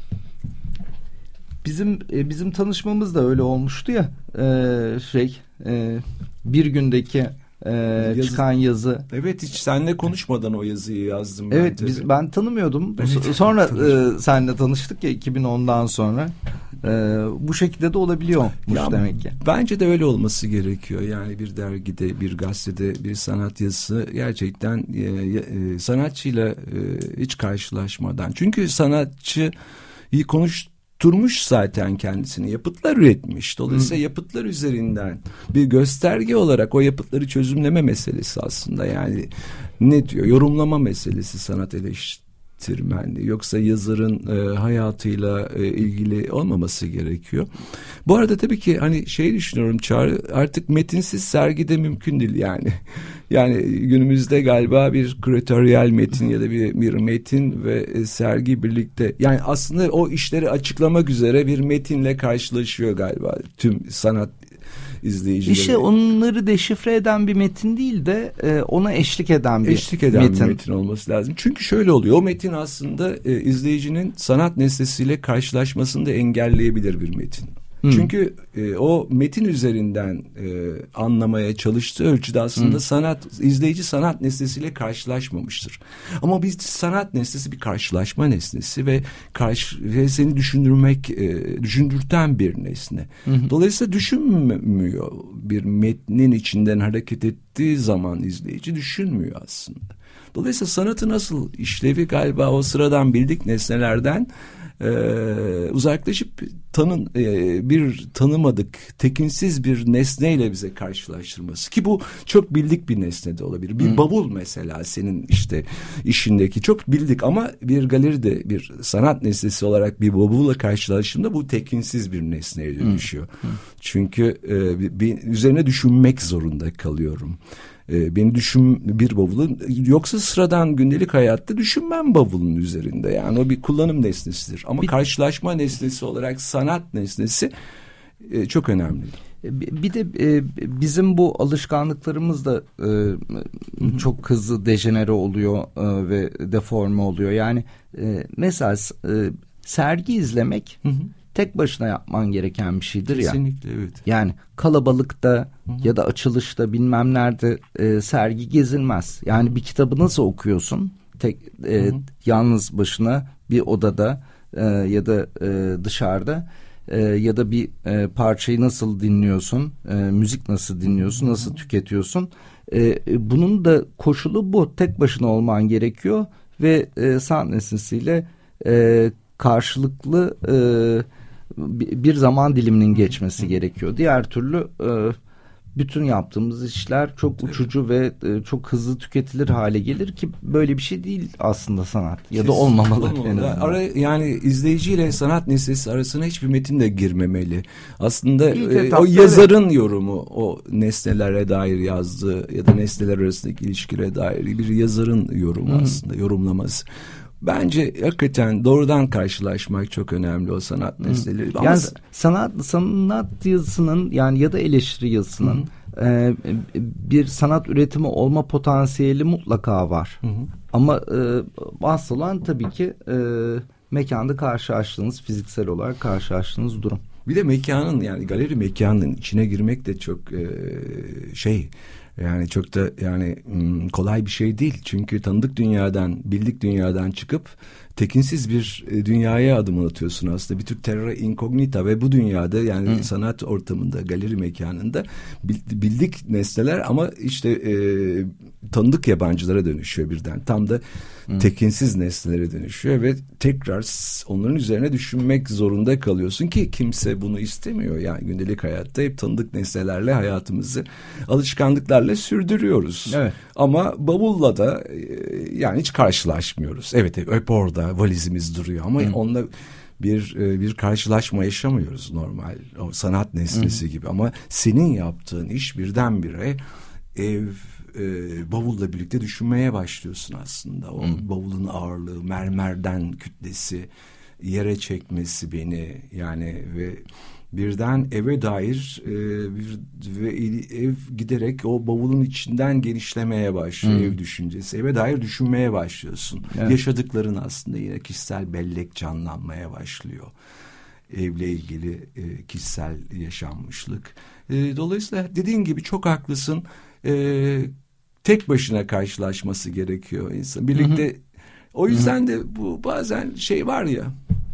D: Bizim e, bizim tanışmamız da öyle olmuştu ya. E, şey e, bir gündeki e, yazı, çıkan yazı.
C: Evet, hiç seninle konuşmadan o yazıyı yazdım.
D: Evet,
C: ben,
D: biz, ben tanımıyordum. Evet, sonra e, seninle tanıştık ya iki bin ondan sonra. E, bu şekilde de olabiliyormuş ya, demek ki.
C: Bence de öyle olması gerekiyor. Yani bir dergide, bir gazetede bir sanat yazısı gerçekten e, e, sanatçıyla e, hiç karşılaşmadan. Çünkü sanatçı iyi konuş Turmuş zaten kendisini, yapıtlar üretmiş. Dolayısıyla Hı. yapıtlar üzerinden bir gösterge olarak o yapıtları çözümleme meselesi aslında. Yani ne diyor? Yorumlama meselesi sanat eleştirmenliği. Yoksa yazarın e, hayatıyla e, ilgili olmaması gerekiyor. Bu arada tabii ki hani şey düşünüyorum Çağrı, artık metinsiz sergide mümkün değil yani. Yani günümüzde galiba bir küratöryel metin ya da bir, bir metin ve e, sergi birlikte, yani aslında o işleri açıklamak üzere bir metinle karşılaşıyor galiba tüm sanat izleyicileri.
D: İşte onları deşifre eden bir metin değil de e, ona eşlik eden bir
C: eşlik eden
D: metin.
C: bir metin olması lazım. Çünkü şöyle oluyor, o metin aslında e, izleyicinin sanat nesnesiyle karşılaşmasını da engelleyebilir bir metin. Hmm. Çünkü e, o metin üzerinden e, anlamaya çalıştığı ölçüde aslında hmm. sanat izleyici sanat nesnesiyle karşılaşmamıştır. Ama bir sanat nesnesi bir karşılaşma nesnesi ve karşı ve seni düşündürmek e, düşündürten bir nesne. Hmm. Dolayısıyla düşünmüyor, bir metnin içinden hareket ettiği zaman izleyici düşünmüyor aslında. Dolayısıyla sanatın asıl işlevi galiba o sıradan bildik nesnelerden Ee, uzaklaşıp tanın e, bir tanımadık, tekinsiz bir nesneyle bize karşılaştırması, ki bu çok bildik bir nesne de olabilir. Bir hmm. bavul mesela senin işte işindeki çok bildik ama bir galeride bir sanat nesnesi olarak bir bavulla karşılaştığımda bu tekinsiz bir nesneye dönüşüyor. Hmm. Çünkü e, bir, üzerine düşünmek zorunda kalıyorum. Beni düşün bir bavulun, yoksa sıradan gündelik hayatta düşünmem bavulun üzerinde. Yani o bir kullanım nesnesidir. Ama bir, karşılaşma nesnesi olarak sanat nesnesi e, çok önemli.
D: Bir de e, bizim bu alışkanlıklarımız da e, çok hızlı dejenere oluyor e, ve deforme oluyor. Yani e, mesela e, sergi izlemek hı hı. tek başına yapman gereken bir şeydir.
C: Kesinlikle,
D: ya.
C: Kesinlikle evet.
D: Yani kalabalıkta Hı-hı. ya da açılışta bilmem nerede e, sergi gezilmez. Yani bir kitabı nasıl okuyorsun? Tek e, yalnız başına bir odada e, ya da e, dışarıda e, ya da bir e, parçayı nasıl dinliyorsun? E, müzik nasıl dinliyorsun? Hı-hı. Nasıl tüketiyorsun? E, bunun da koşulu bu. Tek başına olman gerekiyor ve e, sanat nesnesiyle e, karşılıklı e, bir zaman diliminin geçmesi gerekiyor. Diğer türlü e, bütün yaptığımız işler çok uçucu ve e, çok hızlı tüketilir hale gelir ki böyle bir şey değil aslında sanat ya da olmamalı.
C: Ara, yani izleyiciyle sanat nesnesi arasına hiçbir metin de girmemeli. Aslında e, o yazarın öyle. yorumu, o nesnelere dair yazdığı ya da nesneler arasındaki ilişkilere dair bir yazarın yorumu Hı. aslında, yorumlaması. Bence hakikaten doğrudan karşılaşmak çok önemli o sanat nesneleri.
D: Yani Ama... sanat sanat yazısının yani ya da eleştiri yazısının e, bir sanat üretimi olma potansiyeli mutlaka var. Hı hı. Ama e, asıl olan tabii ki e, mekanda karşılaştığınız, fiziksel olarak karşılaştığınız durum.
C: Bir de mekanın, yani galeri mekanının içine girmek de çok e, şey... Yani çok da yani kolay bir şey değil. Çünkü tanıdık dünyadan, bildik dünyadan çıkıp tekinsiz bir dünyaya adım atıyorsun aslında. Bir tür terra incognita ve bu dünyada yani Hı. sanat ortamında, galeri mekanında bildik nesneler ama işte e, tanıdık yabancılara dönüşüyor birden. Tam da Hı. tekinsiz nesnelere dönüşüyor ve tekrar onların üzerine düşünmek zorunda kalıyorsun ki kimse bunu istemiyor. Yani gündelik hayatta hep tanıdık nesnelerle hayatımızı alışkanlıklarla sürdürüyoruz. Evet. Ama bavulla da yani hiç karşılaşmıyoruz. Evet, hep orada valizimiz duruyor ama Hı. onunla bir bir karşılaşma yaşamıyoruz normal o sanat nesnesi Hı. gibi. Ama senin yaptığın iş birdenbire ev e, bavulla birlikte düşünmeye başlıyorsun aslında. O Hı. bavulun ağırlığı, mermerden kütlesi, yere çekmesi beni yani ve birden eve dair e, bir ve ev giderek o bavulun içinden genişlemeye başlıyor. Hmm. Ev düşüncesi. Eve dair düşünmeye başlıyorsun. Evet. Yaşadıkların aslında yine kişisel bellek canlanmaya başlıyor. Evle ilgili e, kişisel yaşanmışlık. E, dolayısıyla dediğin gibi çok haklısın. E, tek başına karşılaşması gerekiyor insan. Birlikte. Hı hı. O yüzden hı hı. de bu bazen şey var ya.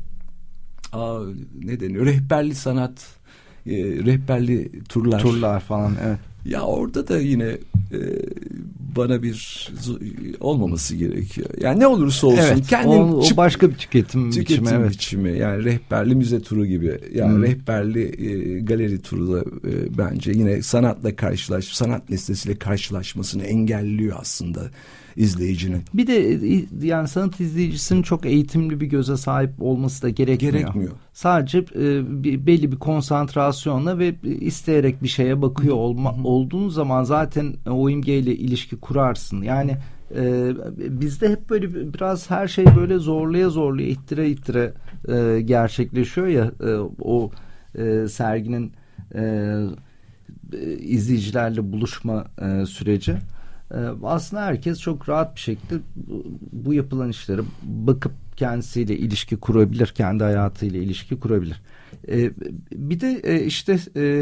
C: Aa, ne deniyor? Rehberli sanat, e, rehberli turlar.
D: Turlar falan, evet.
C: Ya orada da yine e, bana bir olmaması gerekiyor. Yani ne olursa olsun.
D: Evet, kendin o, o başka bir tüketim,
C: tüketim
D: biçimi. Evet.
C: biçimi. Yani rehberli müze turu gibi. Yani hmm. rehberli e, galeri turu da e, bence yine sanatla karşılaş, sanat listesiyle karşılaşmasını engelliyor aslında izleyicinin.
D: Bir de yani sanat izleyicisinin çok eğitimli bir göze sahip olması da gerekmiyor.
C: Gerekmiyor.
D: Sadece e, bir, belli bir konsantrasyonla ve isteyerek bir şeye bakıyor olma, olduğun zaman zaten o imgeyle ilişki kurarsın. Yani e, bizde hep böyle biraz her şey böyle zorlaya zorlaya, ittire ittire e, gerçekleşiyor ya e, o e, serginin e, izleyicilerle buluşma e, süreci. Aslında herkes çok rahat bir şekilde bu yapılan işlere bakıp kendisiyle ilişki kurabilir, kendi hayatıyla ilişki kurabilir. Bir de işte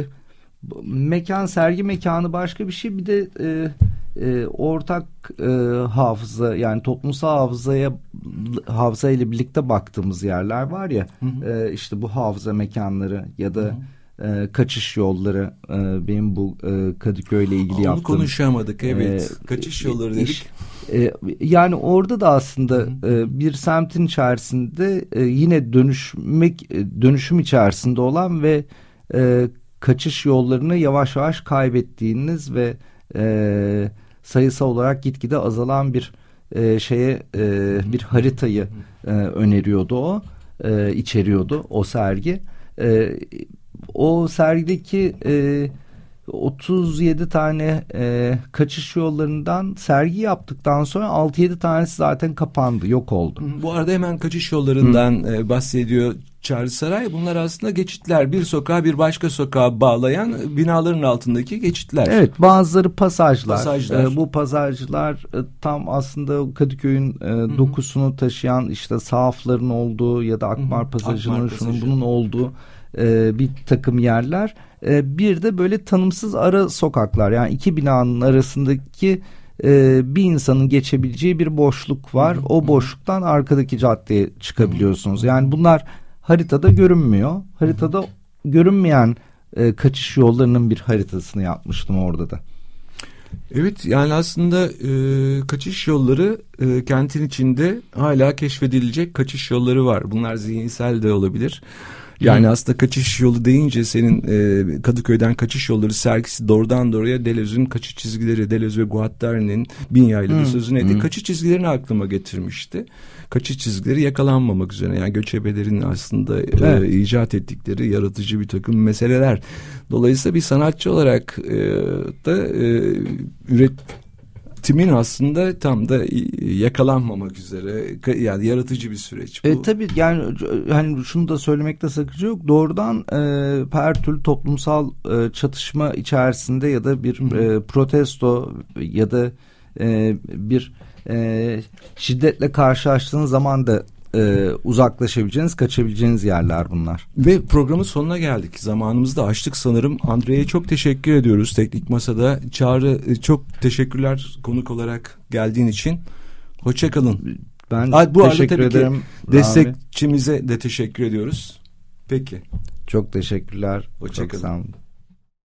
D: mekan, sergi mekanı başka bir şey. Bir de ortak hafıza, yani toplumsal hafızaya hafıza ile birlikte baktığımız yerler var ya. Hı hı. İşte bu hafıza mekanları ya da hı hı. kaçış yolları, benim bu Kadıköy ile ilgili
C: Onu
D: yaptığım.
C: Onu konuşamadık, evet. E, kaçış yolları dedik. Iş,
D: e, yani orada da aslında e, bir semtin içerisinde e, yine dönüşmek, dönüşüm içerisinde olan ve e, kaçış yollarını yavaş yavaş kaybettiğiniz ve e, sayısal olarak gitgide azalan bir e, şeye e, bir haritayı e, öneriyordu o, e, içeriyordu o sergi. E, O sergideki e, otuz yedi tane e, kaçış yollarından sergi yaptıktan sonra altı yedi tanesi zaten kapandı, yok oldu.
C: Bu arada hemen kaçış yollarından e, bahsediyor Çağrı Saray. Bunlar aslında geçitler. Bir sokağa bir başka sokağa bağlayan binaların altındaki geçitler.
D: Evet, bazıları pasajlar.
C: pasajlar.
D: E, bu pasajlar e, tam aslında Kadıköy'ün e, dokusunu taşıyan, işte sahafların olduğu ya da Akmar Pasajı'nın Akmar şunun Pasajı. bunun olduğu e, bir takım yerler. E, bir de böyle tanımsız ara sokaklar, yani iki binanın arasındaki e, bir insanın geçebileceği bir boşluk var. Hı-hı. O boşluktan arkadaki caddeye çıkabiliyorsunuz. Yani bunlar haritada görünmüyor. Haritada Hı-hı. görünmeyen e, kaçış yollarının bir haritasını yapmıştım orada da.
C: Evet, yani aslında e, kaçış yolları e, kentin içinde hala keşfedilecek kaçış yolları var. Bunlar zihinsel de olabilir. Yani Hı. aslında kaçış yolu deyince senin e, Kadıköy'den kaçış yolları sergisi doğrudan doğruya Deleuze'ün kaçış çizgileri, Deleuze ve Guattari'nin Binya'yla da sözünü ettiği kaçış çizgilerini aklıma getirmişti. Kaçış çizgileri yakalanmamak üzere, yani göçebelerin aslında evet. e, icat ettikleri yaratıcı bir takım meseleler. Dolayısıyla bir sanatçı olarak e, da e, üretimin aslında tam da yakalanmamak üzere, yani yaratıcı bir süreç bu.
D: E, tabii yani hani şunu da söylemekte sakınca yok. Doğrudan e, her türlü toplumsal e, çatışma içerisinde ya da bir e, protesto ya da e, bir e, şiddetle karşılaştığınız zaman da e, uzaklaşabileceğiniz, kaçabileceğiniz yerler bunlar.
C: Ve programın sonuna geldik. Zamanımızı da aştık sanırım. Andre'ye çok teşekkür ediyoruz Teknik Masa'da. Çağrı, çok teşekkürler konuk olarak geldiğin için. Hoşça kalın.
D: Ben
C: Ay, bu
D: teşekkür ederim.
C: Destekçimize de teşekkür ediyoruz. Peki.
D: Çok teşekkürler.
C: Hoşça kalın.